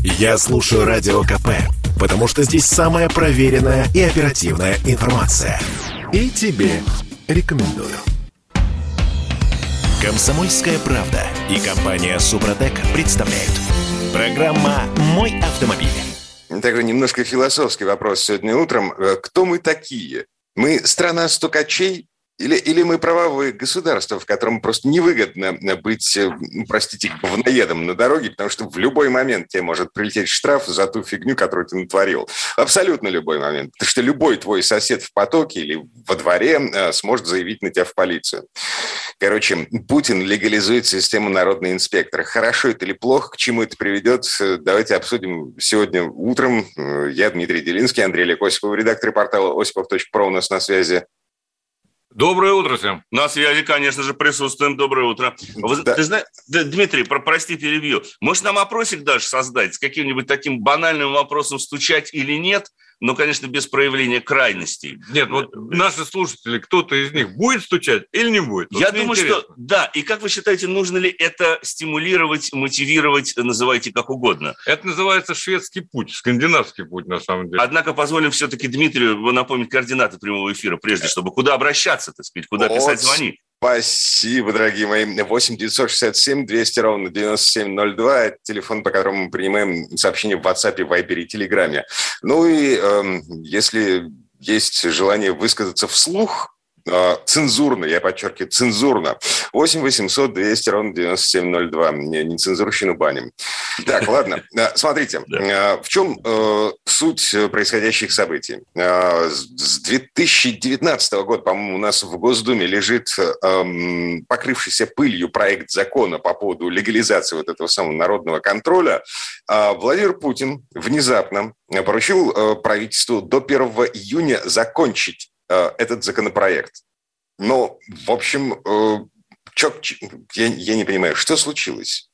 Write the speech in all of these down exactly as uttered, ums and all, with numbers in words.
Я слушаю Радио КП, потому что здесь самая проверенная и оперативная информация. И тебе рекомендую. «Комсомольская правда» и компания «Супротек» представляют. Программа «Мой автомобиль». Такой немножко философский вопрос сегодня утром. Кто мы такие? Мы страна стукачей? Или, или мы правовое государство, в котором просто невыгодно быть, простите, говноедом на дороге, потому что в любой момент тебе может прилететь штраф за ту фигню, которую ты натворил. Абсолютно любой момент. Потому что любой твой сосед в потоке или во дворе сможет заявить на тебя в полицию. Короче, Путин легализует систему народного инспектора. Хорошо это или плохо, к чему это приведет, давайте обсудим сегодня утром. Я Дмитрий Делинский, Андрей Олег Осипов, редактор портала осипов точка про у нас на связи. Доброе утро всем. На связи, конечно же, присутствуем. Доброе утро. Вы, да. Ты знаешь, Дмитрий, про, прости, перебью. Может, нам опросик даже создать с каким-нибудь таким банальным вопросом, стучать или нет, но, конечно, без проявления крайностей. Нет, вот наши слушатели, кто-то из них будет стучать или не будет? Вот Я думаю, интересно. Что да. И как вы считаете, нужно ли это стимулировать, мотивировать, называйте как угодно? Это называется шведский путь, скандинавский путь, на самом деле. Однако позволим все-таки Дмитрию напомнить координаты прямого эфира, прежде, чтобы куда обращаться, так сказать, куда писать, звонить. Спасибо, дорогие мои. восемь девятьсот шестьдесят семь двести ровно девяносто семь ноль два. Это телефон, по которому мы принимаем сообщения в WhatsApp, Viber и Telegram. Ну и э, если есть желание высказаться вслух, э, цензурно, я подчеркиваю, цензурно, восемь восемьсот двести ровно девяносто семь ноль два. Нецензурщину баним. Так, ладно. Смотрите, в чем суть происходящих событий? С две тысячи девятнадцатого года, по-моему, у нас в Госдуме лежит покрывшийся пылью проект закона по поводу легализации вот этого самого народного контроля. Владимир Путин внезапно поручил правительству до первого июня закончить этот законопроект. Но, в общем, чё, я, я не понимаю, что случилось?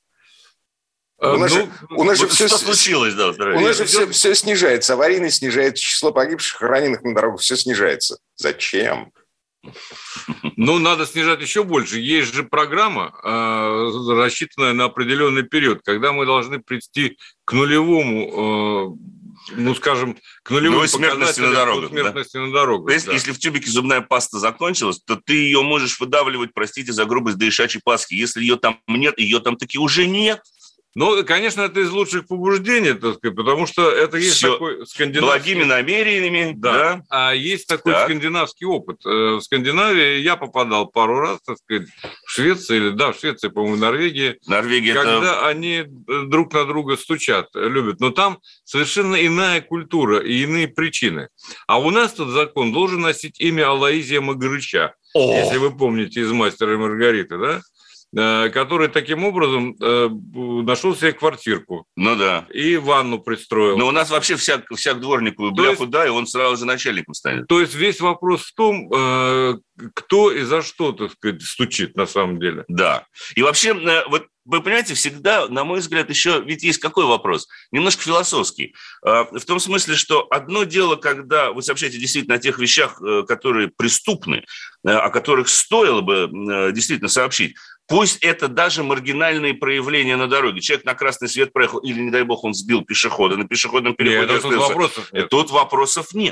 У нас, ну, же, у нас же все, что случилось, да, у нас же все, все снижается. Аварийность снижается, число погибших, раненых на дорогах, все снижается. Зачем? Ну, надо снижать еще больше. Есть же программа, э, рассчитанная на определенный период, когда мы должны прийти к нулевому, э, ну, скажем, к нулевой смертности на дорогах. Смертности да? на дорогах То есть, да. Если в тюбике зубная паста закончилась, то ты ее можешь выдавливать, простите за грубость, до ишачьей пасхи. Если ее там нет, ее там таки уже нет. Ну, конечно, это из лучших побуждений, так сказать, потому что это есть Все такой скандинавский... Благими намерениями, да. да. А есть такой так. скандинавский опыт. В Скандинавии я попадал пару раз, так сказать, в Швеции, или да, в Швеции, по-моему, в Норвегии, Норвегия когда это... они друг на друга стучат, любят. Но там совершенно иная культура и иные причины. А у нас тут закон должен носить имя Алоизия Магарыча, О! если вы помните из «Мастера и Маргариты», да? Который таким образом э, нашел себе квартирку. Ну да. И ванну пристроил. Но у нас вообще всяк, всяк дворнику бляху дай, и он сразу же начальником станет. То есть весь вопрос в том, э, кто и за что, так сказать, стучит на самом деле. Да. И вообще, э, вот вы понимаете, всегда, на мой взгляд, еще ведь есть какой вопрос? Немножко философский. Э, в том смысле, что одно дело, когда вы сообщаете действительно о тех вещах, э, которые преступны, э, о которых стоило бы э, действительно сообщить. Пусть это даже маргинальные проявления на дороге. Человек на красный свет проехал, или, не дай бог, он сбил пешехода на пешеходном переходе. Нет, тут вопросов нет. Тут вопросов нет.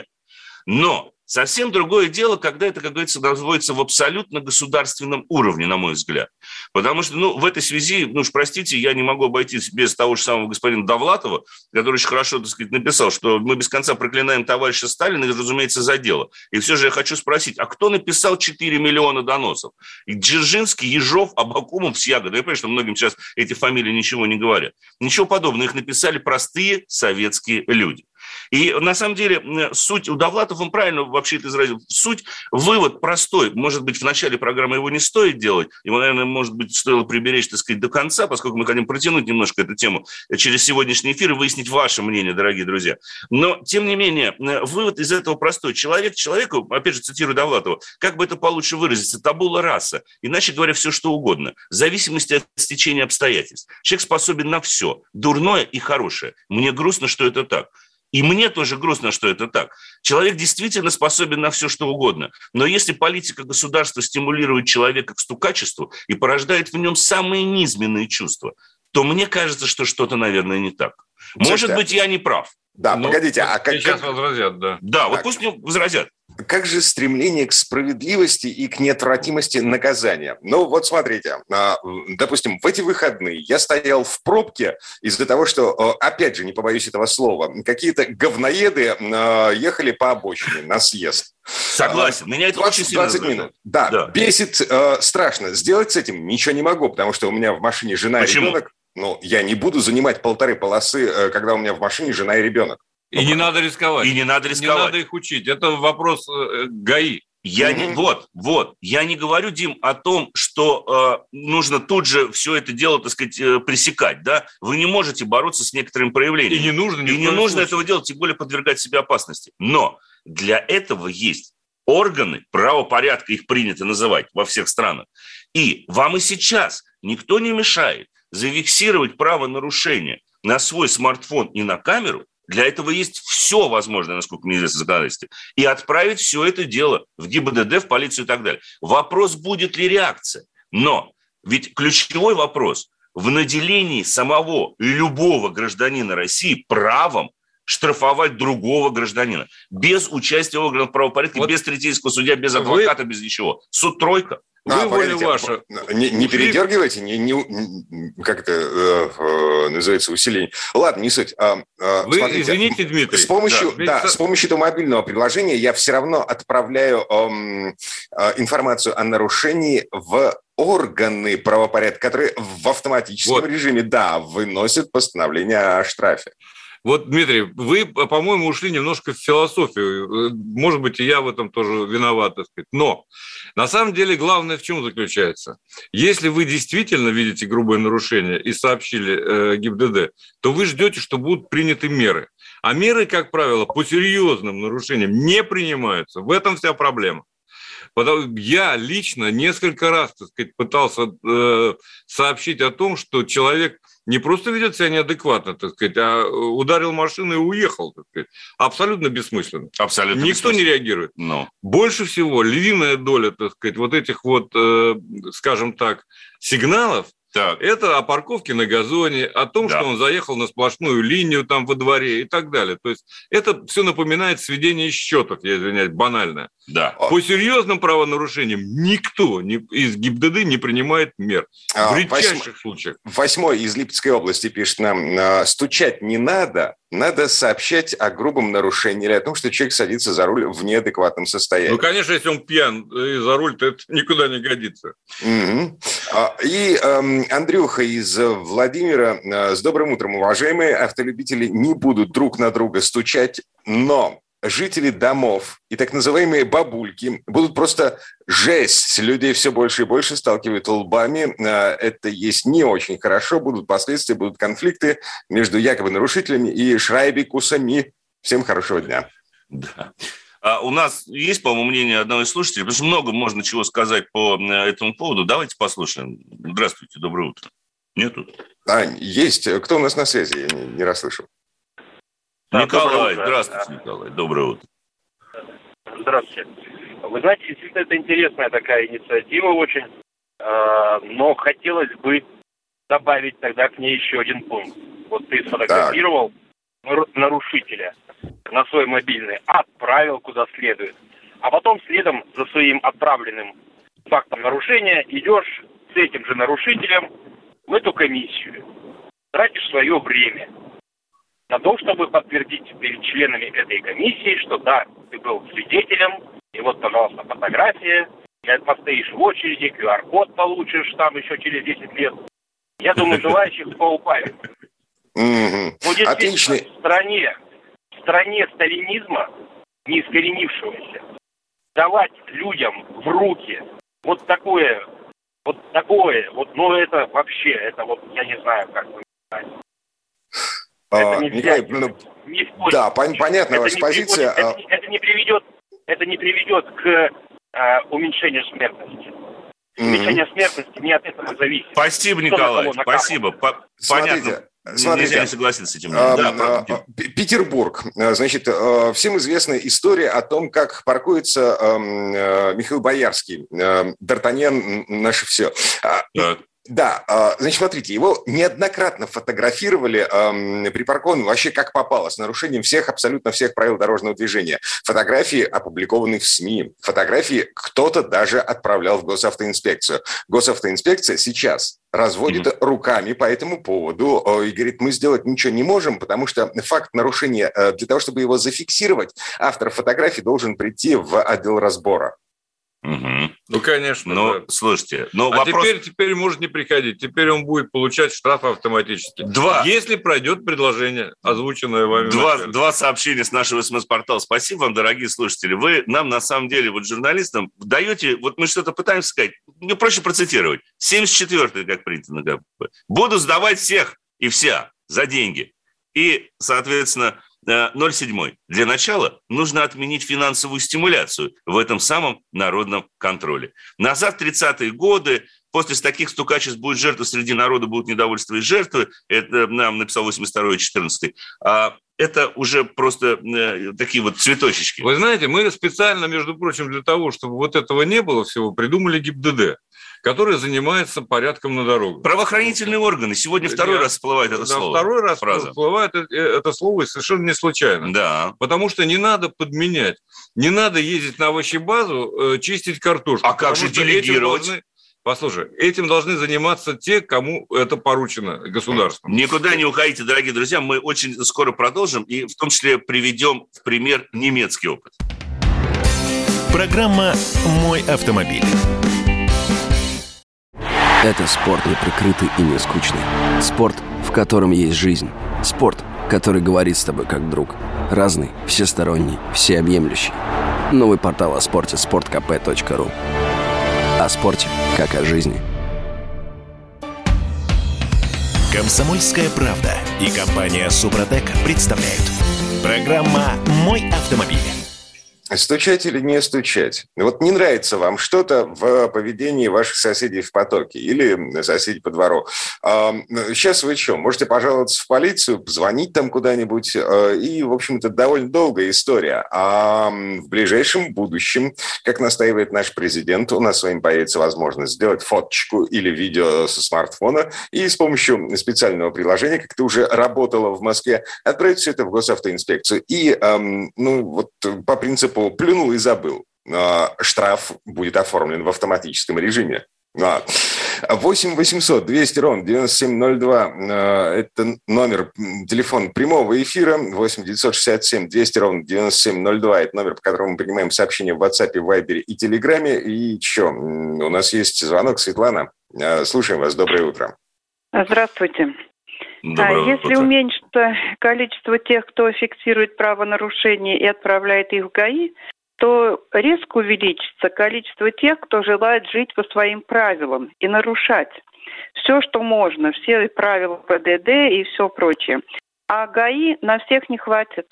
Но совсем другое дело, когда это, как говорится, находится в абсолютно государственном уровне, на мой взгляд. Потому что, ну, в этой связи, ну уж простите, я не могу обойтись без того же самого господина Довлатова, который очень хорошо, так сказать, написал, что мы без конца проклинаем товарища Сталина, и, разумеется, за дело. И все же я хочу спросить, а кто написал четыре миллиона доносов? Дзержинский, Ежов, Абакумов, Сьяга. Да я понимаю, что многим сейчас эти фамилии ничего не говорят. Ничего подобного. Их написали простые советские люди. И на самом деле суть у Довлатова, он правильно вообще это изразил, суть, вывод простой. Может быть, в начале программы его не стоит делать, его, наверное, может быть, стоило приберечь, так сказать, до конца, поскольку мы хотим протянуть немножко эту тему через сегодняшний эфир и выяснить ваше мнение, дорогие друзья. Но, тем не менее, вывод из этого простой. Человек человеку, опять же, цитирую Довлатова, как бы это получше выразиться, табула раса, иначе говоря, все что угодно, в зависимости от стечения обстоятельств. Человек способен на все, дурное и хорошее. Мне грустно, что это так. И мне тоже грустно, что это так. Человек действительно способен на все, что угодно. Но если политика государства стимулирует человека к стукачеству и порождает в нем самые низменные чувства, то мне кажется, что что-то, наверное, не так. Может быть, я не прав. Да, ну, погодите, а как... Сейчас как... возразят, да. Да, так. вот пусть мне возразят. Как же стремление к справедливости и к неотвратимости наказания? Ну, вот смотрите, допустим, в эти выходные я стоял в пробке из-за того, что, опять же, не побоюсь этого слова, какие-то говноеды ехали по обочине на съезд. Согласен, меня это двадцать, очень сильно двадцать минут. Да, да, бесит э, страшно. Сделать с этим ничего не могу, потому что у меня в машине жена Почему? и ребенок. Ну, я не буду занимать полторы полосы, когда у меня в машине жена и ребенок. И не надо рисковать. И не надо рисковать. Не надо их учить. Это вопрос э, ГАИ. Я Mm-hmm. не, вот, вот. Я не говорю, Дим, о том, что э, нужно тут же все это дело, так сказать, э, пресекать, да? Вы не можете бороться с некоторыми проявлениями. И не нужно. И не нужно этого делать, тем более подвергать себя опасности. Но для этого есть органы правопорядка, их принято называть во всех странах. И вам и сейчас никто не мешает зафиксировать правонарушение на свой смартфон и на камеру. Для этого есть все возможное, насколько мне известно, законодательство. И отправить все это дело в ГИБДД, в полицию и так далее. Вопрос, будет ли реакция. Но ведь ключевой вопрос в наделении самого любого гражданина России правом штрафовать другого гражданина. Без участия органов правопорядка, вот без третейского судья, без адвоката, вы... без ничего. Суд тройка. Вы, а, воля ваша. Не, не передергивайте, не, не, как это э, э, называется, усиление. Ладно, не суть. А, а, Вы смотрите, извините, Дмитрий. С помощью, да, да, с помощью этого мобильного приложения я все равно отправляю э, э, информацию о нарушении в органы правопорядка, которые в автоматическом вот. режиме, да, выносят постановление о штрафе. Вот, Дмитрий, вы, по-моему, ушли немножко в философию. Может быть, и я в этом тоже виноват, так сказать. Но на самом деле главное в чем заключается? Если вы действительно видите грубое нарушение и сообщили э, ГИБДД, то вы ждете, что будут приняты меры. А меры, как правило, по серьезным нарушениям не принимаются. В этом вся проблема. Я лично несколько раз, так сказать, пытался э, сообщить о том, что человек не просто ведет себя неадекватно, так сказать, а ударил машину и уехал, так сказать. Абсолютно бессмысленно. Абсолютно Никто бессмысленно. не реагирует. No. Больше всего львиная доля, так сказать, вот этих вот, э, скажем так, сигналов, так. это о парковке на газоне, о том, да. что он заехал на сплошную линию там во дворе и так далее. То есть это все напоминает сведение счетов, я извиняюсь, банальное. Да. По серьезным правонарушениям никто не, из ГИБДД не принимает мер. А, в редчайших восьм... случаях. Восьмой из Липецкой области пишет нам, стучать не надо, надо сообщать о грубом нарушении или о том, что человек садится за руль в неадекватном состоянии. Ну, конечно, если он пьян и за руль, то это никуда не годится. Угу. И э, Андрюха из Владимира. С добрым утром, уважаемые. Автолюбители не будут друг на друга стучать, но жители домов и так называемые бабульки будут просто жесть. Людей все больше и больше сталкивают лбами. Это есть не очень хорошо. Будут последствия, будут конфликты между якобы нарушителями и шрайбикусами. Всем хорошего дня. Да. А у нас есть, по-моему, мнение одного из слушателей, потому что много можно чего сказать по этому поводу. Давайте послушаем. Здравствуйте, доброе утро. Нету? А, есть. Кто у нас на связи? Я не, не расслышал. Да, Николай, здравствуйте, Николай, доброе утро. Здравствуйте. Вы знаете, действительно, это интересная такая инициатива очень, но хотелось бы добавить тогда к ней еще один пункт. Вот ты сфотографировал так. нарушителя на свой мобильный, отправил куда следует, а потом следом за своим отправленным фактом нарушения идешь с этим же нарушителем в эту комиссию, тратишь свое время на то, чтобы подтвердить перед членами этой комиссии, что да, ты был свидетелем, и вот, пожалуйста, фотография, и постоишь в очереди, ку ар код получишь там еще через десять лет. Я думаю, желающих поубавить. Но действительно, в стране, в стране сталинизма, не искоренившегося, давать людям в руки вот такое, вот такое, вот, ну это вообще, это вот, я не знаю, как вы знаете. Это не Николай, ну, да, пон- понятна ваша позиция. Приводит, это, это, не приведет, это не приведет к а, уменьшению смертности. Mm-hmm. Уменьшение смертности не от этого зависит. Спасибо, Николай, спасибо. По- Смотрите, понятно. Смотрите, нельзя не согласиться с этим. А, да, а, Петербург. Значит, всем известна история о том, как паркуется а, Михаил Боярский. А, Д'Артаньян, наше все. А, Да, значит, смотрите, его неоднократно фотографировали э, припаркованным вообще как попало, с нарушением всех, абсолютно всех правил дорожного движения. Фотографии опубликованы в СМИ. Фотографии кто-то даже отправлял в госавтоинспекцию. Госавтоинспекция сейчас разводит mm-hmm. руками по этому поводу и говорит, мы сделать ничего не можем, потому что факт нарушения, для того, чтобы его зафиксировать, автор фотографии должен прийти в отдел разбора. Угу. Ну, конечно. Ну, да. слушайте, но а вопрос... теперь, теперь может не приходить. Теперь он будет получать штрафы автоматически. Два. Если пройдет предложение, озвученное вами. Два, два сообщения с нашего СМС-портала. Спасибо вам, дорогие слушатели. Вы нам, на самом деле, вот журналистам, даете... Вот мы что-то пытаемся сказать. Мне проще процитировать. семьдесят четвёртый, как принято на ГП. Буду сдавать всех и вся за деньги. И, соответственно... ноль семь. Для начала нужно отменить финансовую стимуляцию в этом самом народном контроле. Назад в тридцатые годы, после таких стукачеств будет жертва среди народа, будут недовольства и жертвы. Это нам написал восемьдесят второй четырнадцатый. А это уже просто э, такие вот цветочечки. Вы знаете, мы специально, между прочим, для того, чтобы вот этого не было всего, придумали ГИБДД, который занимается порядком на дорогах. Правоохранительные органы. Сегодня второй Я, раз всплывает это да, слово. Второй раз фраза. всплывает это, это слово, и совершенно не случайно. Да. Потому что не надо подменять. Не надо ездить на овощебазу, э, чистить картошку. А как же делегировать? Должны, послушай, этим должны заниматься те, кому это поручено государством. Никуда не уходите, дорогие друзья. Мы очень скоро продолжим, и в том числе приведем в пример немецкий опыт. Программа «Мой автомобиль». Это спорт неприкрытый и не скучный. Спорт, в котором есть жизнь. Спорт, который говорит с тобой как друг. Разный, всесторонний, всеобъемлющий. Новый портал о спорте – спорт кэ пэ точка ру. О спорте, как о жизни. «Комсомольская правда» и компания «Супротек» представляют. Программа «Мой автомобиль». Стучать или не стучать? Вот не нравится вам что-то в поведении ваших соседей в потоке или соседей по двору. Сейчас вы что, можете пожаловаться в полицию, позвонить там куда-нибудь, и, в общем-то, довольно долгая история. А в ближайшем будущем, как настаивает наш президент, у нас с вами появится возможность сделать фоточку или видео со смартфона и с помощью специального приложения, как это уже работало в Москве, отправить все это в госавтоинспекцию. И, ну, вот по принципу плюнул и забыл. Штраф будет оформлен в автоматическом режиме. восемь восемьсот двести ровно девяносто семь ноль два. Это номер, телефон прямого эфира. восемь девятьсот шестьдесят семь двести ровно девяносто семь ноль два. Это номер, по которому мы принимаем сообщения в WhatsApp, Viber и Телеграме. И что? У нас есть звонок. Светлана, слушаем вас. Доброе утро. Здравствуйте. Доброе Если утро. уменьшится количество тех, кто фиксирует правонарушения и отправляет их в ГАИ, то резко увеличится количество тех, кто желает жить по своим правилам и нарушать все, что можно, все правила пэ дэ дэ и все прочее. А ГАИ на всех не хватит.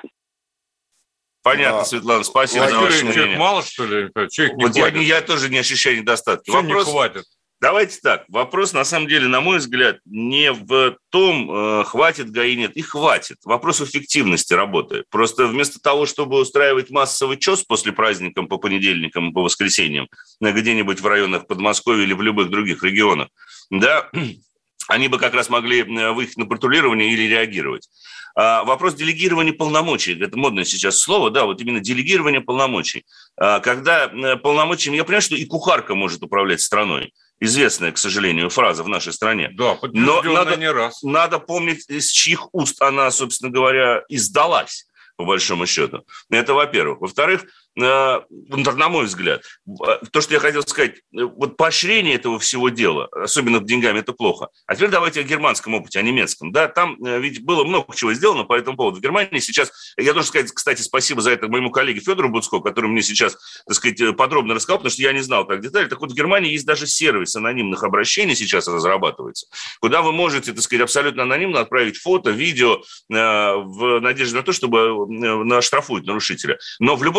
Понятно, А, Светлана, спасибо за ваше Человек мнение. мало, что ли? Человек не Вот я, хватит. не- я тоже не ощущаю недостатка. Что Вопрос, не хватит? давайте так, вопрос, на самом деле, на мой взгляд, не в том, э, хватит ГАИ, нет, и хватит. Вопрос эффективности работы. Просто вместо того, чтобы устраивать массовый ЧОС после праздников по понедельникам, по воскресеньям, где-нибудь в районах Подмосковья или в любых других регионах, да, они бы как раз могли выехать на патрулирование или реагировать. А вопрос делегирования полномочий, это модное сейчас слово, да, вот именно делегирование полномочий. А когда полномочиями, я понимаю, что и кухарка может управлять страной. Известная, к сожалению, фраза в нашей стране. Да, подтвержденная надо, не раз. Надо помнить, из чьих уст она, собственно говоря, издалась, по большому счету. Это во-первых. Во-вторых, на мой взгляд, то, что я хотел сказать, вот поощрение этого всего дела, особенно деньгами, это плохо. А теперь давайте о германском опыте, о немецком. Да, там ведь было много чего сделано по этому поводу. В Германии сейчас, я должен сказать, кстати, спасибо за это моему коллеге Федору Буцко, который мне сейчас, так сказать, подробно рассказал, потому что я не знал так детали. Так вот, в Германии есть даже сервис анонимных обращений сейчас разрабатывается, куда вы можете, так сказать, абсолютно анонимно отправить фото, видео в надежде на то, чтобы наштрафуют нарушителя. Но в любом случае, да,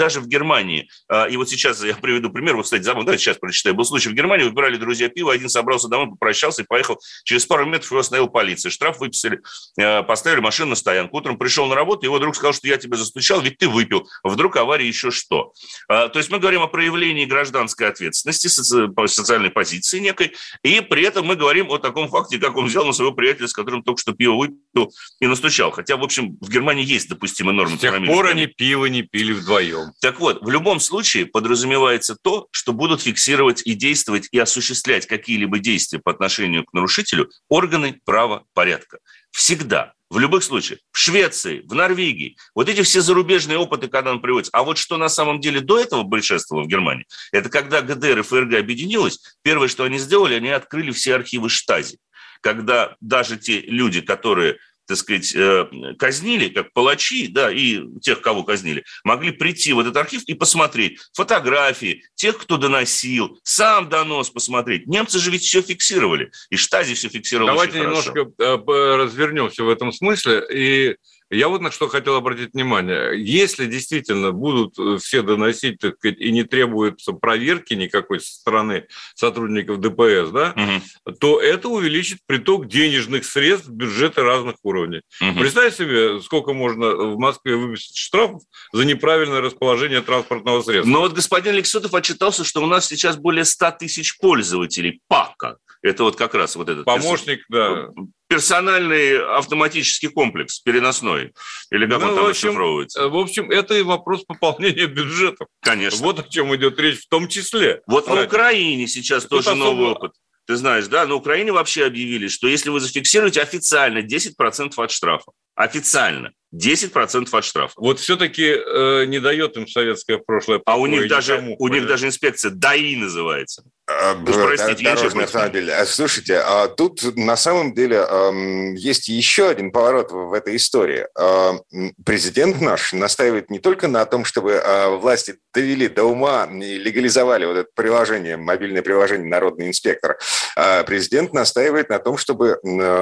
даже в Германии, и вот сейчас я приведу пример, вот, кстати, забыл, давайте сейчас прочитаю. Был случай в Германии, выбирали друзья пиво, один собрался домой, попрощался и поехал. Через пару метров его остановила полиция. Штраф выписали, поставили машину на стоянку. Утром пришел на работу, его друг сказал, что я тебя застучал, ведь ты выпил. Вдруг авария, еще что. То есть мы говорим о проявлении гражданской ответственности, социальной позиции некой, и при этом мы говорим о таком факте, как он взял на своего приятеля, с которым только что пиво выпил и настучал. Хотя, в общем, в Германии есть допустимые нормы. С тех пор они пиво не пили вдвоем. Так вот, в любом случае подразумевается то, что будут фиксировать и действовать, и осуществлять какие-либо действия по отношению к нарушителю органы правопорядка. Всегда. В любых случаях. В Швеции, в Норвегии. Вот эти все зарубежные опыты, когда он приводится. А вот что на самом деле до этого предшествовало в Германии, это когда ГДР и ФРГ объединилось, первое, что они сделали, они открыли все архивы Штази. Когда даже те люди, которые, так сказать, казнили, как палачи, да, и тех, кого казнили, могли прийти в этот архив и посмотреть фотографии тех, кто доносил, сам донос посмотреть. Немцы же ведь все фиксировали, и Штази все фиксировали. Давайте немножко развернемся в этом смысле. И я вот на что хотел обратить внимание. Если действительно будут все доносить, так сказать, и не требуется проверки никакой со стороны сотрудников ДПС, да, угу. то это увеличит приток денежных средств в бюджеты разных уровней. Угу. Представь себе, сколько можно в Москве выписать штрафов за неправильное расположение транспортного средства. Но вот господин Алексутов отчитался, что у нас сейчас более ста тысяч пользователей ПАКа. Это вот как раз вот этот... Помощник, перс... да. Персональный автоматический комплекс, переносной. Или как ну, он там в общем, расшифровывается. В общем, это и вопрос пополнения бюджетов. Конечно. Вот о чем идет речь в том числе. Вот на Украине сейчас Тут тоже особо... новый опыт. Ты знаешь, да, на Украине вообще объявили, что если вы зафиксируете официально десять процентов от штрафа, официально десять процентов от штрафа. Вот все-таки э, не дает им советское прошлое. А у них, даже, у них даже инспекция ДАИ называется. Ну, простите, дорожный автомобиль. Слушайте, а тут на самом деле есть еще один поворот в этой истории. Президент наш настаивает не только на том, чтобы власти довели до ума и легализовали вот это приложение, мобильное приложение «Народный инспектор». Президент настаивает на том, чтобы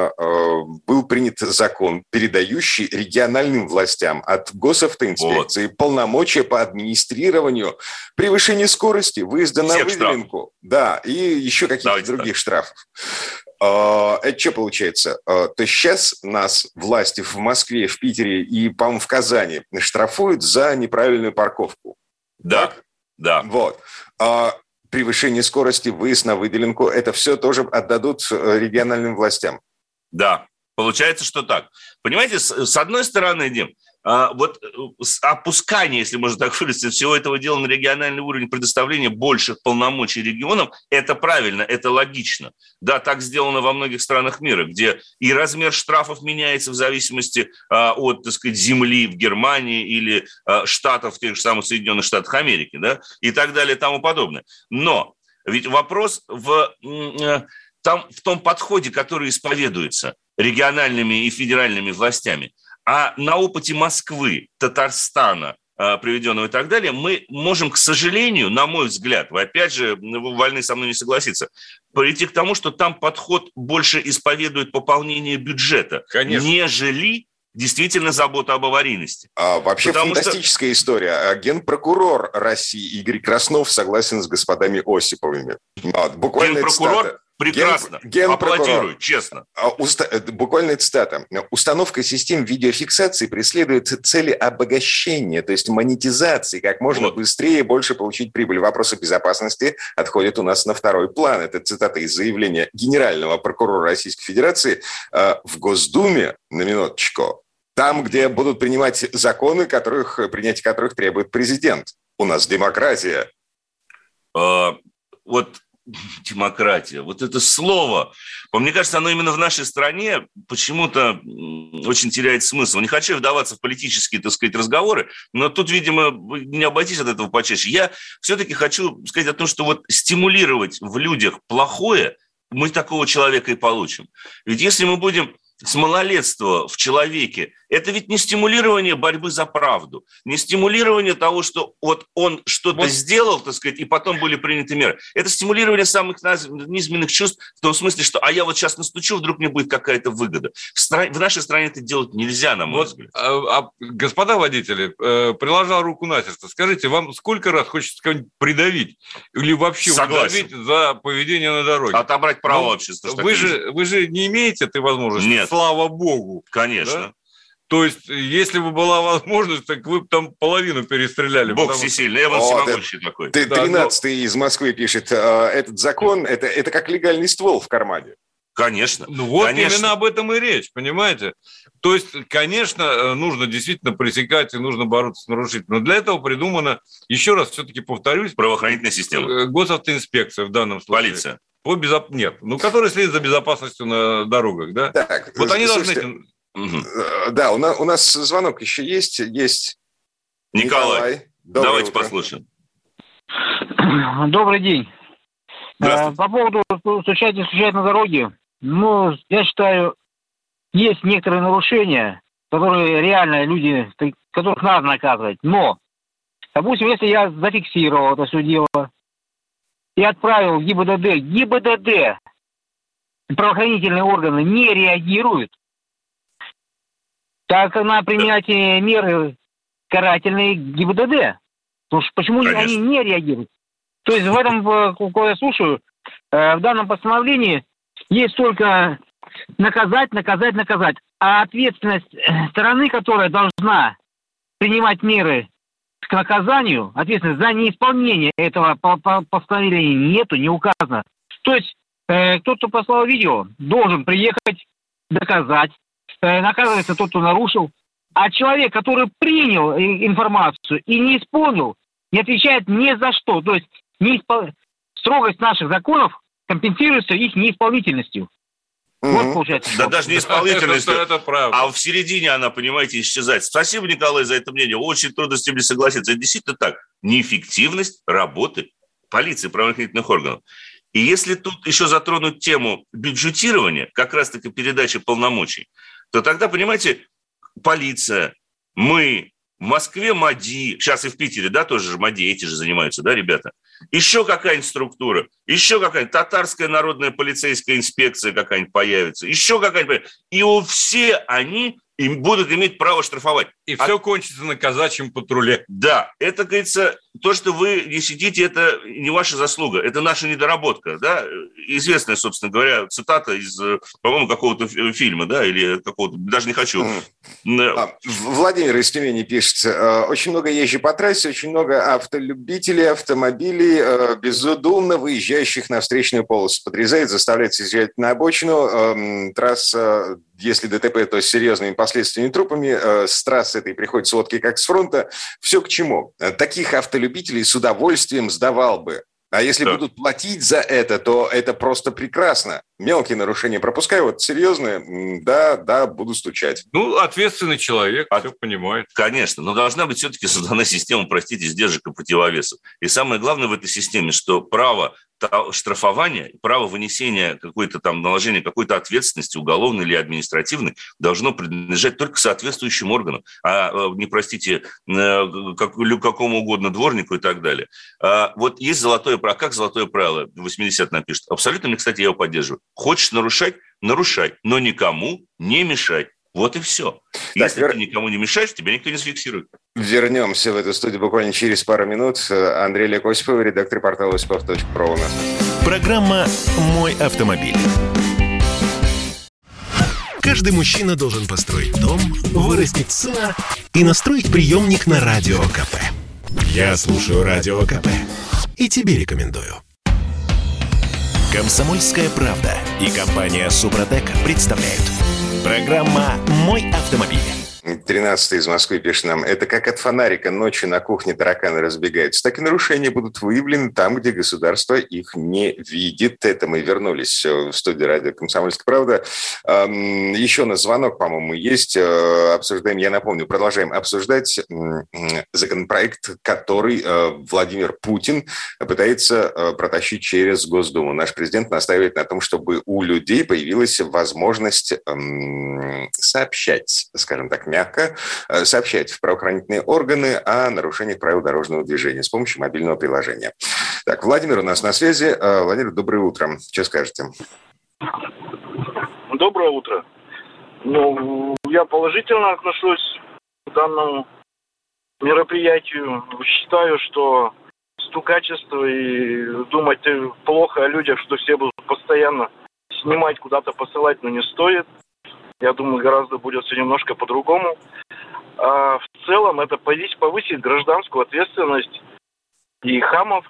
был принят закон, передающий региональным властям от госавтоинспекции вот. полномочия по администрированию превышения скорости, выезда на выделенку. Да, и еще каких-то Давайте других так. штрафов. Это что получается? То есть сейчас нас власти в Москве, в Питере и, по-моему, в Казани штрафуют за неправильную парковку. Да, так? да. Вот. Превышение скорости, выезд на выделенку, это все тоже отдадут региональным властям. Да, получается, что так. Понимаете, с одной стороны, Дим, вот опускание, если можно так выразиться, всего этого дела на региональный уровень, предоставления больших полномочий регионам, это правильно, это логично. Да, так сделано во многих странах мира, где и размер штрафов меняется в зависимости от, так сказать, земли в Германии или штатов, тех же самых Соединенных Штатах Америки, да, и так далее и тому подобное. Но ведь вопрос в, там, в том подходе, который исповедуется региональными и федеральными властями. А на опыте Москвы, Татарстана, приведенного и так далее, мы можем, к сожалению, на мой взгляд, вы опять же вы вольны со мной не согласиться, прийти к тому, что там подход больше исповедует пополнение бюджета, Конечно. нежели действительно забота об аварийности. А, вообще Потому фантастическая что... история. Генпрокурор России Игорь Краснов согласен с господами Осиповыми. Вот, буквально Генпрокурор прекрасно, Ген, аплодирую, честно. Уста, буквальная цитата. Установка систем видеофиксации преследует цели обогащения, то есть монетизации, как можно вот. быстрее и больше получить прибыль. Вопросы безопасности отходят у нас на второй план. Это цитата из заявления генерального прокурора Российской Федерации в Госдуме, на минуточку, там, где будут принимать законы, которых, принятие которых требует президент. У нас демократия. А, вот демократия. Вот это слово, мне кажется, оно именно в нашей стране почему-то очень теряет смысл. Не хочу вдаваться в политические, так сказать, разговоры, но тут, видимо, не обойтись от этого почаще. Я все-таки хочу сказать о том, что вот стимулировать в людях плохое, мы такого человека и получим. Ведь если мы будем с малолетства в человеке, это ведь не стимулирование борьбы за правду, не стимулирование того, что вот он что-то вот. сделал, так сказать, и потом были приняты меры. Это стимулирование самых низменных чувств в том смысле, что а я вот сейчас настучу, вдруг мне будет какая-то выгода. В, стране, в нашей стране это делать нельзя, на мой вот, взгляд. А, а, господа водители, э, приложа руку на сердце, скажите, вам сколько раз хочется кого-нибудь придавить или вообще удавить за поведение на дороге? Отобрать право общества. Вы же, вы же не имеете этой возможности? Нет. Слава богу. Конечно. Да? То есть, если бы была возможность, так вы бы там половину перестреляли. Бог всесильный, я вас всемогущий такой. тринадцатый из Москвы пишет, этот закон, это, это как легальный ствол в кармане. Конечно. Ну вот конечно. Именно об этом и речь, понимаете? То есть, конечно, нужно действительно пресекать и нужно бороться с нарушителем. Но для этого придумана, еще раз все-таки повторюсь, правоохранительная система. Госавтоинспекция в данном случае. Полиция. По безоп... Нет, ну, которые следят за безопасностью на дорогах, да? Так, вот они слушайте, должны... Угу. Да, у нас, у нас звонок еще есть. Есть Николай. Николай. Давайте утро. послушаем. Добрый день. По поводу стучать и стучать на дороге, ну, я считаю, есть некоторые нарушения, которые реально люди, которых надо наказывать. Но, допустим, если я зафиксировал это все дело и отправил в ГИБДД, ГИБДД, правоохранительные органы не реагируют, так на принятие меры карательной ГИБДД. Потому что почему Конечно. они не реагируют? То есть в этом, кое я слушаю, в данном постановлении есть только наказать, наказать, наказать. А ответственность стороны, которая должна принимать меры к наказанию, ответственность за неисполнение этого постановления нету, не указано. То есть кто-то послал видео, должен приехать, доказать. Наказывается тот, кто нарушил. А человек, который принял информацию и не исполнил, не отвечает ни за что. То есть неиспол... строгость наших законов компенсируется их неисполнительностью. Mm-hmm. Вот получается. Да даже не исполнительностью, это правда. А в середине она, понимаете, исчезает. Спасибо, Николай, за это мнение. Очень трудно с ним не согласиться. Это действительно так. Неэффективность работы полиции, правоохранительных органов. И если тут еще затронуть тему бюджетирования, как раз-таки передачи полномочий, то тогда, понимаете, полиция, мы, в Москве МАДИ, сейчас и в Питере, да, тоже же МАДИ, эти же занимаются, да, ребята? Еще какая-нибудь структура, еще какая-нибудь татарская народная полицейская инспекция какая-нибудь появится, еще какая-нибудь. И у все они им будут иметь право штрафовать. И а... все кончится на казачьем патруле. Да, это, говорится, то, что вы не сидите, это не ваша заслуга, это наша недоработка, да, известная, собственно говоря, цитата из, по-моему, какого-то фильма, да, или какого-то, даже не хочу. А, Владимир из Тюмени пишет, очень много езжу по трассе, очень много автолюбителей, автомобилей, бездумно выезжающих на встречную полосу, подрезает, заставляет съезжать на обочину, трасса, если ДТП, то с серьезными последствиями, трупами, с трассы этой приходят сводки как с фронта, все к чему? Таких автолюбителей с удовольствием сдавал бы. А если да. будут платить за это, то это просто прекрасно. Мелкие нарушения пропускаю, вот серьезные, да, да, буду стучать. Ну, ответственный человек, От... все понимает. Конечно, но должна быть все-таки создана система, простите, сдержек и противовесов. И самое главное в этой системе, что право штрафования, право вынесения какой-то там, наложения какой-то ответственности, уголовной или административной, должно принадлежать только соответствующим органам, а не, простите, как, какому угодно дворнику и так далее. А вот есть золотое правило, как золотое правило, восьмидесятые напишет, абсолютно, мне, кстати, я его поддерживаю. Хочешь нарушать – нарушай, но никому не мешай. Вот и все. Если так, ты вер... никому не мешаешь, тебя никто не зафиксирует. Вернемся в эту студию буквально через пару минут. Андрей Олег Осипов, редактор портала осипов точка про у нас. Программа «Мой автомобиль». Каждый мужчина должен построить дом, вырастить сына и настроить приемник на Радио КП. Я слушаю Радио КП и тебе рекомендую. «Комсомольская правда» и компания «Супротек» представляют. Программа «Мой автомобиль». тринадцатый из Москвы пишет нам: это как от фонарика ночью на кухне тараканы разбегаются, так и нарушения будут выявлены там, где государство их не видит. Это мы вернулись в студию радио «Комсомольская правда». Еще у нас звонок, по-моему, есть. Обсуждаем, я напомню, продолжаем обсуждать законопроект, который Владимир Путин пытается протащить через Госдуму. Наш президент настаивает на том, чтобы у людей появилась возможность сообщать, скажем так, мягко, сообщать в правоохранительные органы о нарушениях правил дорожного движения с помощью мобильного приложения. Так, Владимир у нас на связи. Владимир, доброе утро. Что скажете? Доброе утро. Ну, я положительно отношусь к данному мероприятию. Считаю, что стукачество и думать плохо о людях, что все будут постоянно снимать, куда-то посылать, но не стоит. Я думаю, гораздо будет все немножко по-другому. А в целом это повысит гражданскую ответственность и хамов,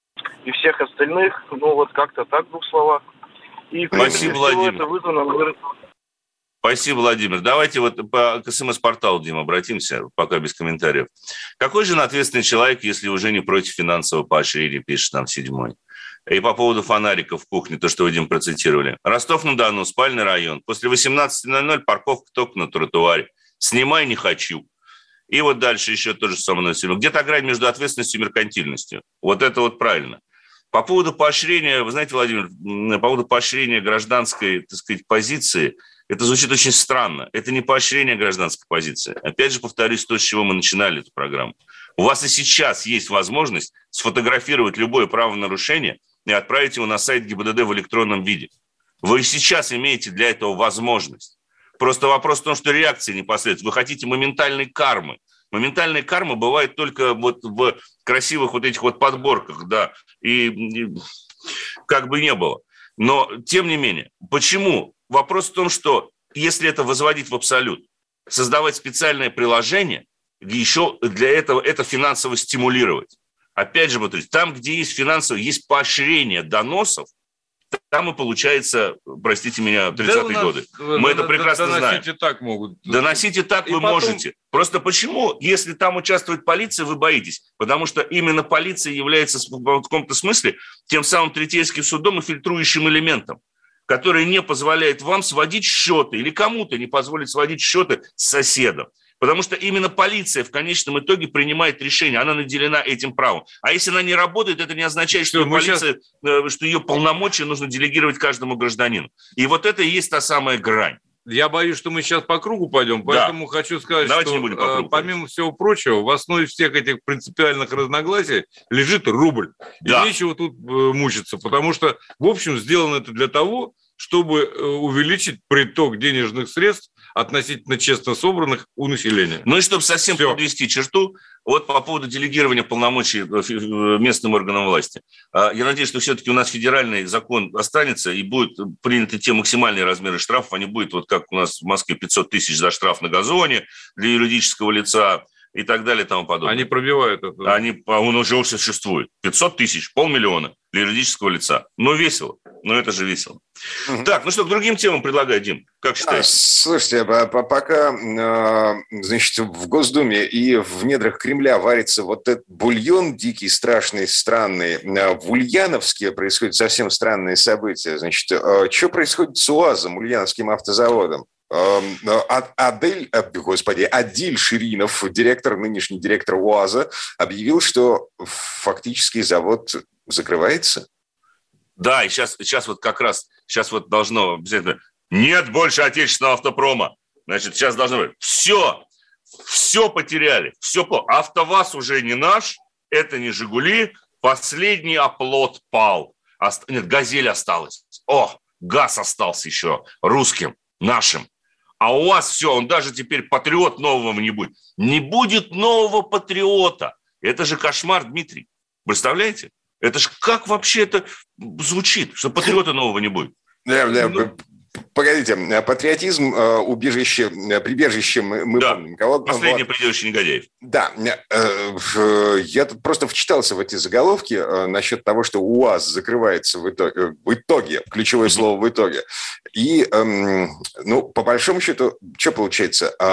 и всех остальных. Ну, вот как-то так, в двух словах. И, Спасибо, Владимир. Это вызвано... Спасибо, Владимир. Давайте вот по, к СМС-порталу, Дима, обратимся, пока без комментариев. Какой же он ответственный человек, если уже не против финансового поощрения, пишет нам седьмой. И по поводу фонариков в кухне, то, что вы, Дим, процитировали. Ростов-на-Дону, спальный район. После восемнадцати ноль-ноль парковка только на тротуаре. Снимай не хочу. И вот дальше еще то же самое. Где-то грань между ответственностью и меркантильностью. Вот это вот правильно. По поводу поощрения, вы знаете, Владимир, по поводу поощрения гражданской, так сказать, позиции, это звучит очень странно. Это не поощрение гражданской позиции. Опять же, повторюсь, то, с чего мы начинали эту программу. У вас и сейчас есть возможность сфотографировать любое правонарушение и отправить его на сайт ГИБДД в электронном виде. Вы и сейчас имеете для этого возможность. Просто вопрос в том, что реакции не последует. Вы хотите моментальной кармы. Моментальная карма бывает только вот в красивых вот этих вот подборках, да, и, и как бы не было. Но, тем не менее, почему? Вопрос в том, что если это возводить в абсолют, создавать специальное приложение, еще для этого это финансово стимулировать. Опять же, вот, там, где есть финансовое, есть поощрение доносов, там и получается, простите меня, тридцатые да годы. Мы это прекрасно знаем. Доносить и так могут. Доносить и так и вы потом... можете. Просто почему, если там участвует полиция, вы боитесь? Потому что именно полиция является в каком-то смысле тем самым третейским судом и фильтрующим элементом, который не позволяет вам сводить счеты или кому-то не позволит сводить счеты с соседом. Потому что именно полиция в конечном итоге принимает решение, она наделена этим правом. А если она не работает, это не означает, что, полиция, сейчас... что ее полномочия нужно делегировать каждому гражданину. И вот это и есть та самая грань. Я боюсь, что мы сейчас по кругу пойдем, поэтому да. хочу сказать, Давайте что не будем по кругу, помимо конечно. всего прочего, в основе всех этих принципиальных разногласий лежит рубль. Да. И нечего тут мучиться, потому что, в общем, сделано это для того, чтобы увеличить приток денежных средств относительно честно собранных у населения. Ну и чтобы совсем Все. подвести черту, вот по поводу делегирования полномочий местным органам власти. Я надеюсь, что все-таки у нас федеральный закон останется и будут приняты те максимальные размеры штрафов, а не будет вот как у нас в Москве пятьсот тысяч за штраф на газоне для юридического лица и так далее и тому подобное. Они пробивают это. Они, он уже существует. пятьсот тысяч, полмиллиона для юридического лица. Ну, весело. Ну, это же весело. Угу. Так, ну что, к другим темам предлагаю, Дим? Как считаете? А, слушайте, пока, значит, в Госдуме и в недрах Кремля варится вот этот бульон дикий, страшный, странный, в Ульяновске происходят совсем странные события. Значит, что происходит с УАЗом, Ульяновским автозаводом? Адель, господи, Адиль Ширинов, директор, нынешний директор УАЗа, объявил, что фактически завод закрывается. Да, и сейчас, сейчас вот как раз, сейчас вот должно обязательно, нет больше отечественного автопрома. Значит, сейчас должно быть, все, все потеряли, все, АвтоВАЗ уже не наш, это не Жигули, последний оплот пал. Ост... Нет, Газель осталась. О, ГАЗ остался еще русским, нашим. А у вас все, он даже теперь патриот нового не будет. Не будет нового патриота. Это же кошмар, Дмитрий. Представляете? Это же как вообще это звучит, что патриота нового не будет? Да, да. Ну, погодите, патриотизм, убежище, прибежище, мы да, помним. Кого, последний вот. Прибежище негодяев. Да, я тут просто вчитался в эти заголовки насчет того, что УАЗ закрывается в итоге, в итоге ключевое mm-hmm. слово в итоге. И, ну, по большому счету, что получается?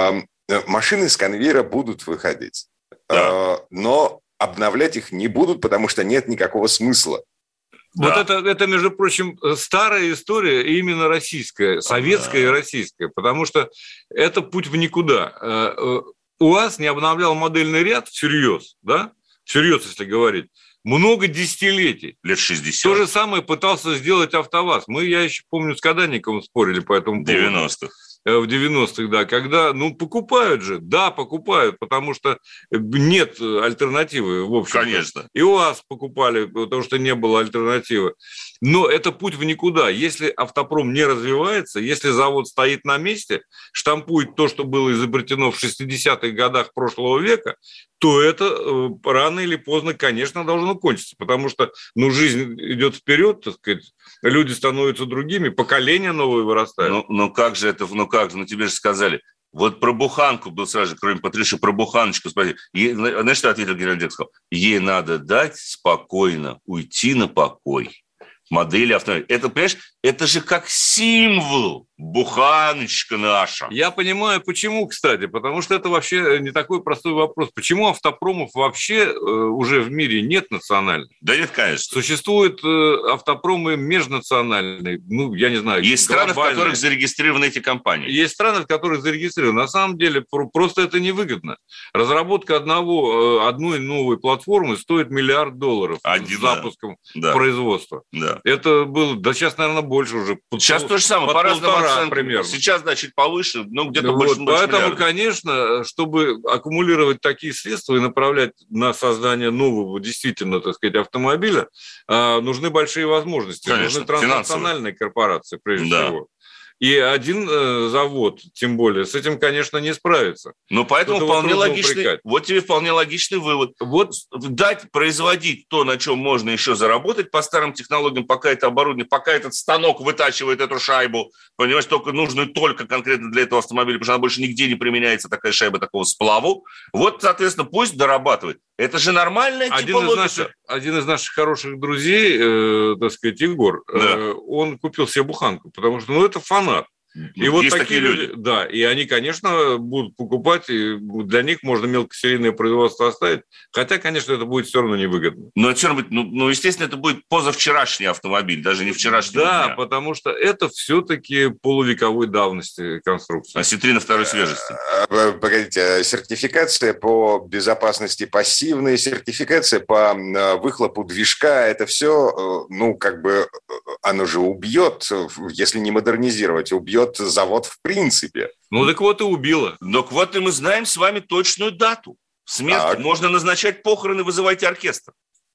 машины с конвейера будут выходить, Да. но обновлять их не будут, потому что нет никакого смысла. Вот Да. это, это, между прочим, старая история, именно российская, советская Да. и российская, потому что это путь в никуда. УАЗ не обновлял модельный ряд всерьез, да, всерьез, если говорить, много десятилетий. Лет шестьдесят. То же самое пытался сделать АвтоВАЗ. Мы, я еще помню, с Каданниковым спорили по этому поводу. девяностых. В девяностых, да, когда, ну, покупают же, да, покупают, потому что нет альтернативы, в общем. Конечно. И УАЗ покупали, потому что не было альтернативы. Но это путь в никуда. Если автопром не развивается, если завод стоит на месте, штампует то, что было изобретено в шестидесятых годах прошлого века, то это э, рано или поздно, конечно, должно кончиться, потому что, ну, жизнь идет вперед, так сказать, люди становятся другими, поколения новые вырастают. Ну, ну как же это, ну как же, ну тебе же сказали. Вот про буханку был сразу же, кроме Патриши, про буханочку спросили. Ей, знаешь, что ответил генерал директор? Сказал, ей надо дать спокойно уйти на покой. Модели автомобиля. Это, понимаешь, это же как символ, буханочка наша. Я понимаю, почему, кстати, потому что это вообще не такой простой вопрос. Почему автопромов вообще э, уже в мире нет национальных? Да нет, конечно. Существуют э, автопромы межнациональные, ну, я не знаю, есть глобальные. страны, в которых зарегистрированы эти компании. Есть страны, в которых зарегистрированы. На самом деле просто это невыгодно. Разработка одного, одной новой платформы стоит миллиард долларов Один, с запуском да. производства. Да. Это было, да сейчас, наверное, больше уже. Сейчас пол, то же самое, по разным оценкам. Примерно. Сейчас, да, чуть повыше, но где-то вот, больше, больше поэтому, миллиарда. конечно, чтобы аккумулировать такие средства и направлять на создание нового, действительно, так сказать, автомобиля, нужны большие возможности. Конечно, нужны транснациональные финансовые. корпорации, прежде Да. всего. И один э, завод, тем более, с этим, конечно, не справится. Ну, поэтому Тут вполне его трудно логичный, упрекать. вот тебе вполне логичный вывод. Вот дать производить то, на чем можно еще заработать по старым технологиям, пока это оборудование, пока этот станок вытачивает эту шайбу, понимаешь, только нужную только конкретно для этого автомобиля, потому что она больше нигде не применяется, такая шайба такого сплаву. Вот, соответственно, пусть дорабатывает. Это же нормальная Один типа из, логика. наших, один из наших хороших друзей, э, так сказать, Егор, Да. э, он купил себе буханку, потому что, ну, это фанат. И вот Есть такие такие люди, люди. да, и они, конечно, будут покупать, и для них можно мелкосерийное производство оставить, хотя, конечно, это будет все равно невыгодно. Но это все равно будет, ну, ну, естественно, это будет позавчерашний автомобиль, даже не вчерашний. Да, дня. потому что это все-таки полувековой давности конструкция. Осетрина второй свежести. Погодите, сертификация по безопасности пассивная, сертификация по выхлопу движка, это все, ну, как бы, оно же убьет, если не модернизировать, убьет завод в принципе. Ну, так вот и убило. Но вот и мы знаем с вами точную дату смерти. Так. Можно назначать похороны, вызывайте оркестр.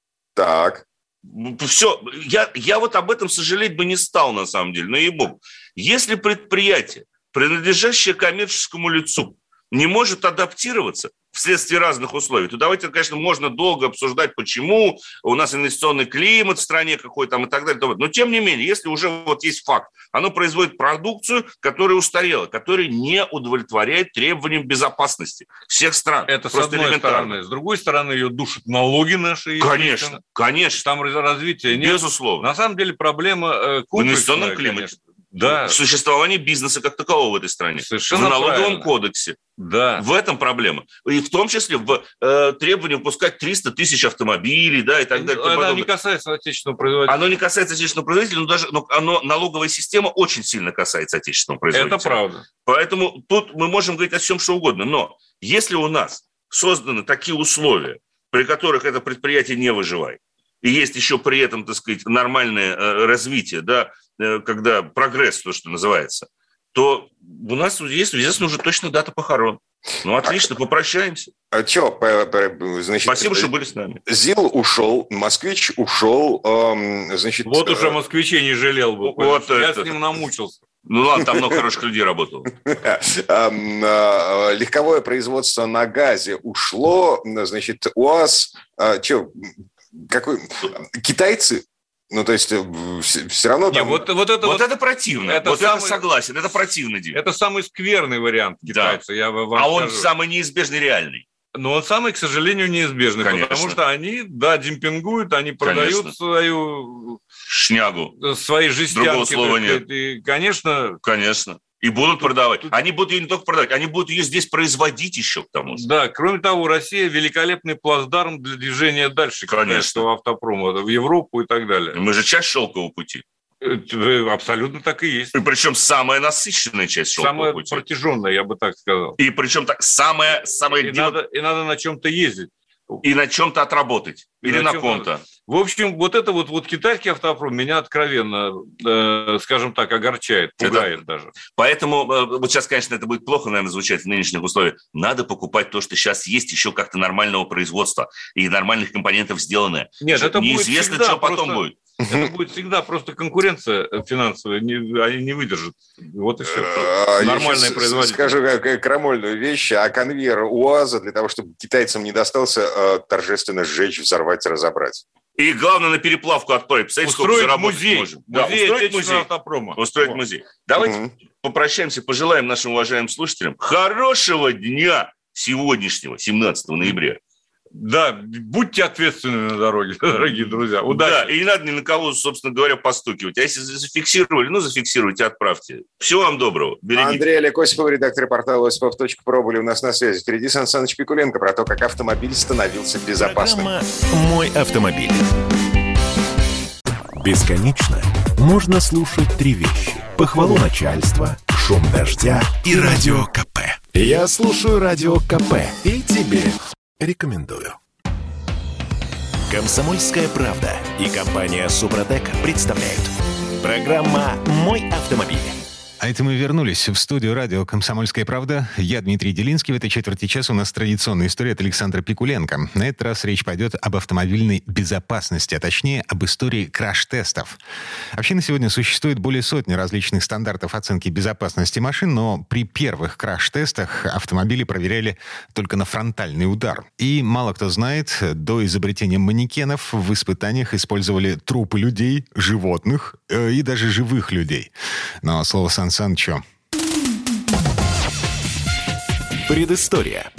Так. Все, я, я вот об этом сожалеть бы не стал, на самом деле, но ей-богу. Если предприятие, принадлежащее коммерческому лицу, не может адаптироваться вследствие разных условий, то давайте, конечно, можно долго обсуждать, почему у нас инвестиционный климат в стране какой там и так далее. Но, тем не менее, если уже вот есть факт, оно производит продукцию, которая устарела, которая не удовлетворяет требованиям безопасности всех стран. Это с Просто одной элементарно. стороны. С другой стороны, ее душат налоги наши. Конечно, конечно. Там развития нет. Безусловно. На самом деле проблема э, В инвестиционном комплексная, климате. конечно. Да. Существование бизнеса как такового в этой стране. Совершенно в налоговом правильно. кодексе. Да. В этом проблема. И в том числе в э, требовании выпускать триста тысяч автомобилей, да, и так далее. и тому Она подобное. не касается отечественного производителя. Оно не касается отечественного производителя, но даже но оно, налоговая система очень сильно касается отечественного производителя. Это правда. Поэтому тут мы можем говорить о всем, что угодно. Но если у нас созданы такие условия, при которых это предприятие не выживает, и есть еще при этом, так сказать, нормальное э, развитие, да, э, когда прогресс, то, что называется, то у нас есть, естественно, уже точно дата похорон. Ну, отлично, попрощаемся. А что, значит... Спасибо, что были с нами. ЗИЛ ушел, Москвич ушел, эм, значит... Вот уже москвичей не жалел бы. Вот Я это. с ним намучился. Ну, ладно, там много хороших людей работало. Легковое производство на газе ушло, значит, УАЗ... Что, какой... Китайцы... Ну, то есть, все равно Не, там... вот, вот это, Вот вот, это противно. это вот самый- это согласен, это противно, Дим. это самый скверный вариант китайца, я вам А он скажу. самый неизбежный реальный. Но он самый, к сожалению, неизбежный, Конечно. потому что они, да, демпингуют, они продают Конечно. свою, Шнягу. свои жестянки. Другого слова так сказать, и, конечно, Конечно. И будут продавать. Они будут ее не только продавать, они будут ее здесь производить еще к тому же. Да, кроме того, Россия великолепный плацдарм для движения дальше китайского автопрома в Европу и так далее. Мы же часть шелкового пути. Абсолютно так и есть. И причем самая насыщенная часть шелкового самая пути. Самая протяженная, я бы так сказал. И причем так, самая... самая и, дел... надо, и надо на чем-то ездить. И на чем-то отработать. И или на, на ком-то. В общем, вот это вот, вот китайский автопром меня откровенно, э, скажем так, огорчает, пугает это, даже. Поэтому, э, вот сейчас, конечно, это будет плохо, наверное, звучать в нынешних условиях. Надо покупать то, что сейчас есть, еще как-то нормального производства и нормальных компонентов сделанное. Нет, это неизвестно, будет всегда, что потом просто... будет. Это будет всегда просто конкуренция финансовая, не, они не выдержат. Вот и все. Нормальное производство. Скажу как крамольную вещь, а конвейер УАЗа для того, чтобы китайцам не достался, торжественно сжечь, взорвать, разобрать. И главное, на переплавку отправить. Представляете, устроить сколько музей. Можем. Музей, да, устроить музей. Автопрома. Устроить вот. музей. Давайте угу. попрощаемся, пожелаем нашим уважаемым слушателям хорошего дня сегодняшнего, семнадцатого ноября. Да, будьте ответственны на дороге, дорогие друзья. Удачи. Да, и не надо ни на кого, собственно говоря, постукивать. А если зафиксировали, ну, зафиксируйте, отправьте. Всего вам доброго. Берегите. Андрей Олег Осипов, редактор портала осипов точка про, были у нас на связи. Впереди Сан Саныч Пикуленко про то, как автомобиль становился безопасным. Программа «Мой автомобиль». Бесконечно можно слушать три вещи. Похвалу начальства, шум дождя и радио КП. Я слушаю радио КП и тебе рекомендую. «Комсомольская правда» и компания «Супротек» представляют. Программа «Мой автомобиль». А это мы вернулись в студию радио «Комсомольская правда». Я Дмитрий Делинский. В этой четверти часа у нас традиционная история от Александра Пикуленко. На этот раз речь пойдет об автомобильной безопасности, а точнее об истории краш-тестов. Вообще на сегодня существует более сотни различных стандартов оценки безопасности машин, но при первых краш-тестах автомобили проверяли только на фронтальный удар. И мало кто знает, до изобретения манекенов в испытаниях использовали трупы людей, животных э, и даже живых людей. Но слово Сан Санычу. Предыстория.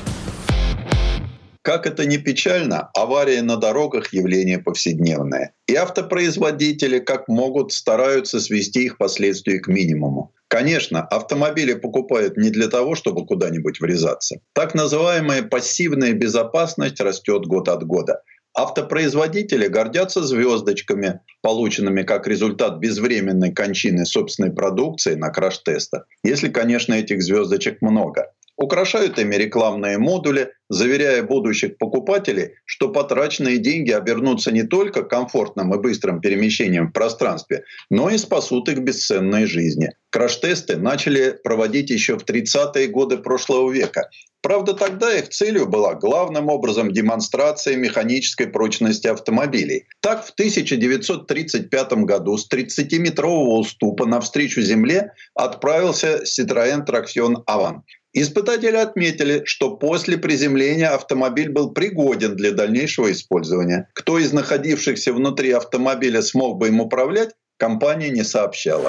Как это ни печально, аварии на дорогах – явление повседневное. И автопроизводители, как могут, стараются свести их последствия к минимуму. Конечно, автомобили покупают не для того, чтобы куда-нибудь врезаться. Так называемая пассивная безопасность растет год от года. Автопроизводители гордятся звездочками, полученными как результат безвременной кончины собственной продукции на краш-тестах. Если, конечно, этих звездочек много. Украшают ими рекламные модули, заверяя будущих покупателей, что потраченные деньги обернутся не только комфортным и быстрым перемещением в пространстве, но и спасут их бесценной жизни. Краш-тесты начали проводить еще в тридцатые годы прошлого века. Правда, тогда их целью была главным образом демонстрация механической прочности автомобилей. Так, в тысяча девятьсот тридцать пятом году с тридцатиметрового уступа навстречу Земле отправился Citroën Traction Avant. Испытатели отметили, что после приземления автомобиль был пригоден для дальнейшего использования. Кто из находившихся внутри автомобиля смог бы им управлять, компания не сообщала.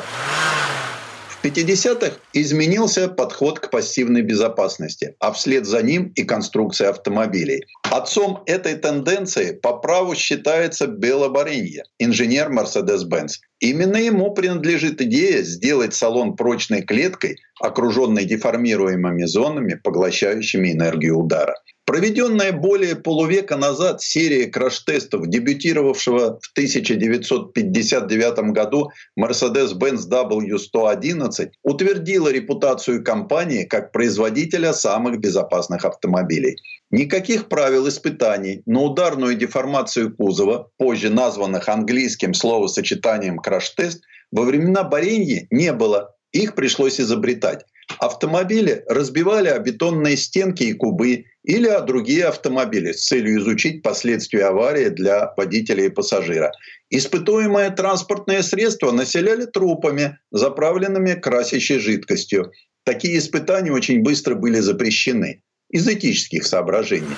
В пятидесятых изменился подход к пассивной безопасности, а вслед за ним и конструкция автомобилей. Отцом этой тенденции по праву считается Белло Баринья, инженер Mercedes-Benz. Именно ему принадлежит идея сделать салон прочной клеткой, окруженной деформируемыми зонами, поглощающими энергию удара. Проведенная более полувека назад серия краш-тестов, дебютировавшего в тысяча девятьсот пятьдесят девятом году Mercedes-Benz дабл ю сто одиннадцать, утвердила репутацию компании как производителя самых безопасных автомобилей. Никаких правил испытаний на ударную деформацию кузова, позже названных английским словосочетанием краш-тест, во времена Бариньи не было. Их пришлось изобретать. Автомобили разбивали о бетонные стенки и кубы или о другие автомобили с целью изучить последствия аварии для водителя и пассажира. Испытуемое транспортное средство населяли трупами, заправленными красящей жидкостью. Такие испытания очень быстро были запрещены из этических соображений.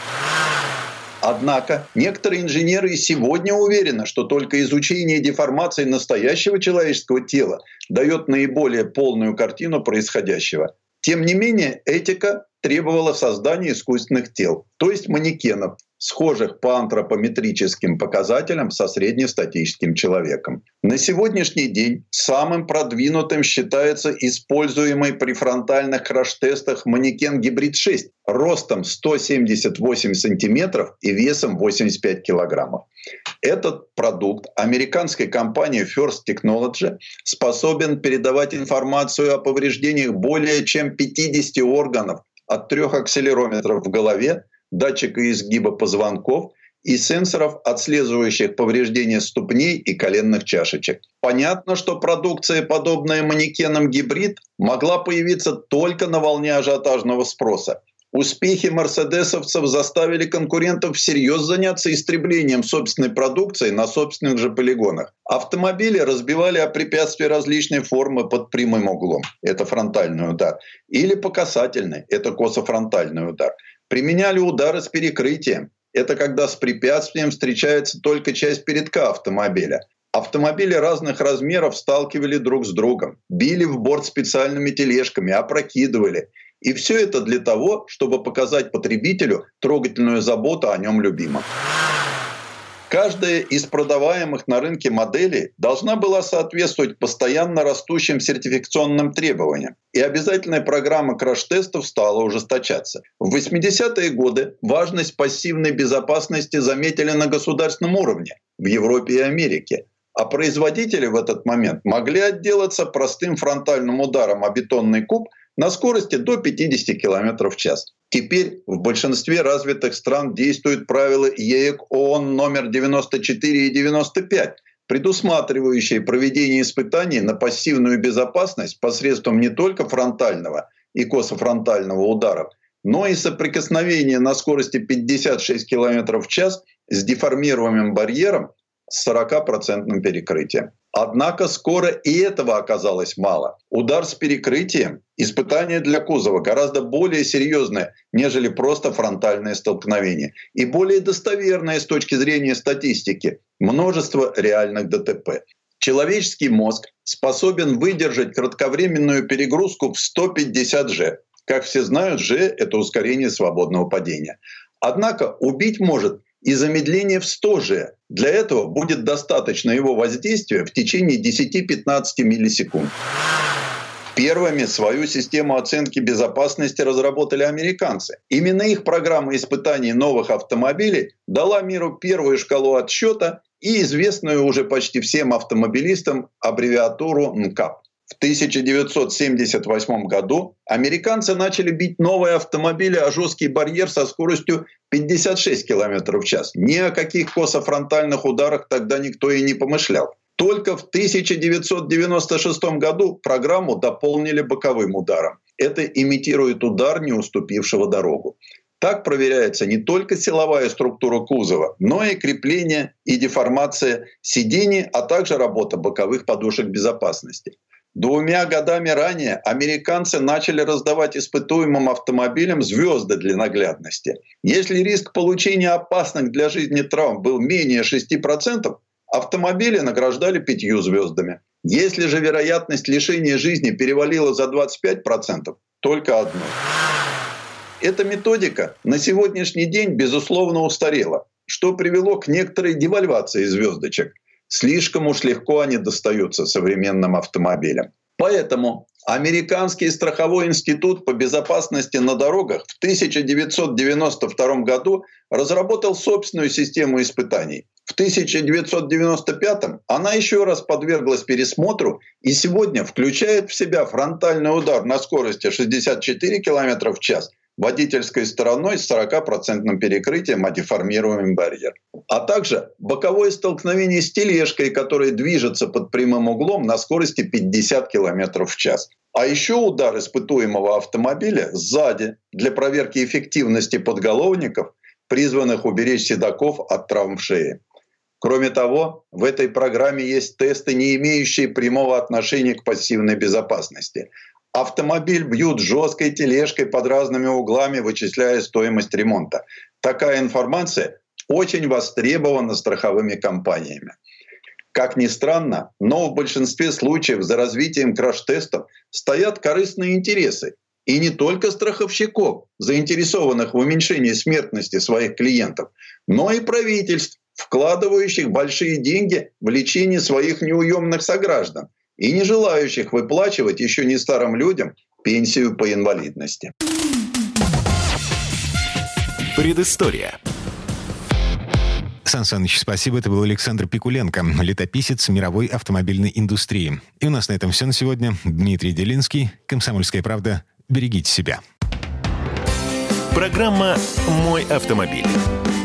Однако некоторые инженеры и сегодня уверены, что только изучение деформации настоящего человеческого тела дает наиболее полную картину происходящего. Тем не менее, этика требовала создания искусственных тел, то есть манекенов, схожих по антропометрическим показателям со среднестатистическим человеком. На сегодняшний день самым продвинутым считается используемый при фронтальных краш-тестах манекен Гибрид шесть ростом сто семьдесят восемь сантиметров и весом восемьдесят пять килограммов. Этот продукт американской компании First Technology способен передавать информацию о повреждениях более чем пятидесяти органов, от трех акселерометров в голове, датчика изгиба позвонков и сенсоров, отслеживающих повреждения ступней и коленных чашечек. Понятно, что продукция, подобная манекенам гибрид, могла появиться только на волне ажиотажного спроса. Успехи мерседесовцев заставили конкурентов всерьез заняться истреблением собственной продукции на собственных же полигонах. Автомобили разбивали о препятствия различной формы под прямым углом. Это фронтальный удар. Или по касательной. Это кософронтальный удар. Применяли удары с перекрытием. Это когда с препятствием встречается только часть передка автомобиля. Автомобили разных размеров сталкивали друг с другом, били в борт специальными тележками, опрокидывали. И все это для того, чтобы показать потребителю трогательную заботу о нем любимом. Каждая из продаваемых на рынке моделей должна была соответствовать постоянно растущим сертификационным требованиям. И обязательная программа краш-тестов стала ужесточаться. В восьмидесятые годы важность пассивной безопасности заметили на государственном уровне в Европе и Америке. А производители в этот момент могли отделаться простым фронтальным ударом о бетонный куб на скорости до пятидесяти километров в час. Теперь в большинстве развитых стран действуют правила ЕЭК ООН номер девяносто четыре и девяносто пять, предусматривающие проведение испытаний на пассивную безопасность посредством не только фронтального и кософронтального ударов, но и соприкосновения на скорости пятьдесят шесть километров в час с деформируемым барьером с сорокапроцентным перекрытием. Однако скоро и этого оказалось мало. Удар с перекрытием – испытание для кузова гораздо более серьезное, нежели просто фронтальное столкновение. И более достоверное с точки зрения статистики – множество реальных ДТП. Человеческий мозг способен выдержать кратковременную перегрузку в сто пятьдесят джи. Как все знают, джи – это ускорение свободного падения. Однако убить может и замедление в сто джи. Для этого будет достаточно его воздействия в течение десяти-пятнадцати миллисекунд. Первыми свою систему оценки безопасности разработали американцы. Именно их программа испытаний новых автомобилей дала миру первую шкалу отсчета и известную уже почти всем автомобилистам аббревиатуру эн кап. В тысяча девятьсот семьдесят восьмом году американцы начали бить новые автомобили о жесткий барьер со скоростью пятьдесят шесть километров в час. Ни о каких кософронтальных ударах тогда никто и не помышлял. Только в тысяча девятьсот девяносто шестом году программу дополнили боковым ударом. Это имитирует удар, не уступившего дорогу. Так проверяется не только силовая структура кузова, но и крепление и деформация сидений, а также работа боковых подушек безопасности. Двумя годами ранее американцы начали раздавать испытуемым автомобилям звезды для наглядности. Если риск получения опасных для жизни травм был менее шести процентов, автомобили награждали пятью звездами. Если же вероятность лишения жизни перевалила за двадцать пять процентов, только одну. Эта методика на сегодняшний день, безусловно, устарела, что привело к некоторой девальвации звездочек. Слишком уж легко они достаются современным автомобилям. Поэтому Американский страховой институт по безопасности на дорогах в тысяча девятьсот девяносто втором году разработал собственную систему испытаний. В тысяча девятьсот девяносто пятом она еще раз подверглась пересмотру и сегодня включает в себя фронтальный удар на скорости шестьдесят четыре километра в час водительской стороной с сорокапроцентным перекрытием, а деформируемый барьер. А также боковое столкновение с тележкой, которая движется под прямым углом на скорости пятьдесят километров в час. А еще удар испытуемого автомобиля сзади для проверки эффективности подголовников, призванных уберечь седаков от травм шеи. Кроме того, в этой программе есть тесты, не имеющие прямого отношения к пассивной безопасности. Автомобиль бьют жесткой тележкой под разными углами, вычисляя стоимость ремонта. Такая информация очень востребована страховыми компаниями. Как ни странно, но в большинстве случаев за развитием краш-тестов стоят корыстные интересы. И не только страховщиков, заинтересованных в уменьшении смертности своих клиентов, но и правительств, вкладывающих большие деньги в лечение своих неуемных сограждан и не желающих выплачивать еще не старым людям пенсию по инвалидности. Предыстория. Сан Саныч, спасибо. Это был Александр Пикуленко, летописец мировой автомобильной индустрии. И у нас на этом все на сегодня. Дмитрий Делинский, «Комсомольская правда». Берегите себя. Программа «Мой автомобиль».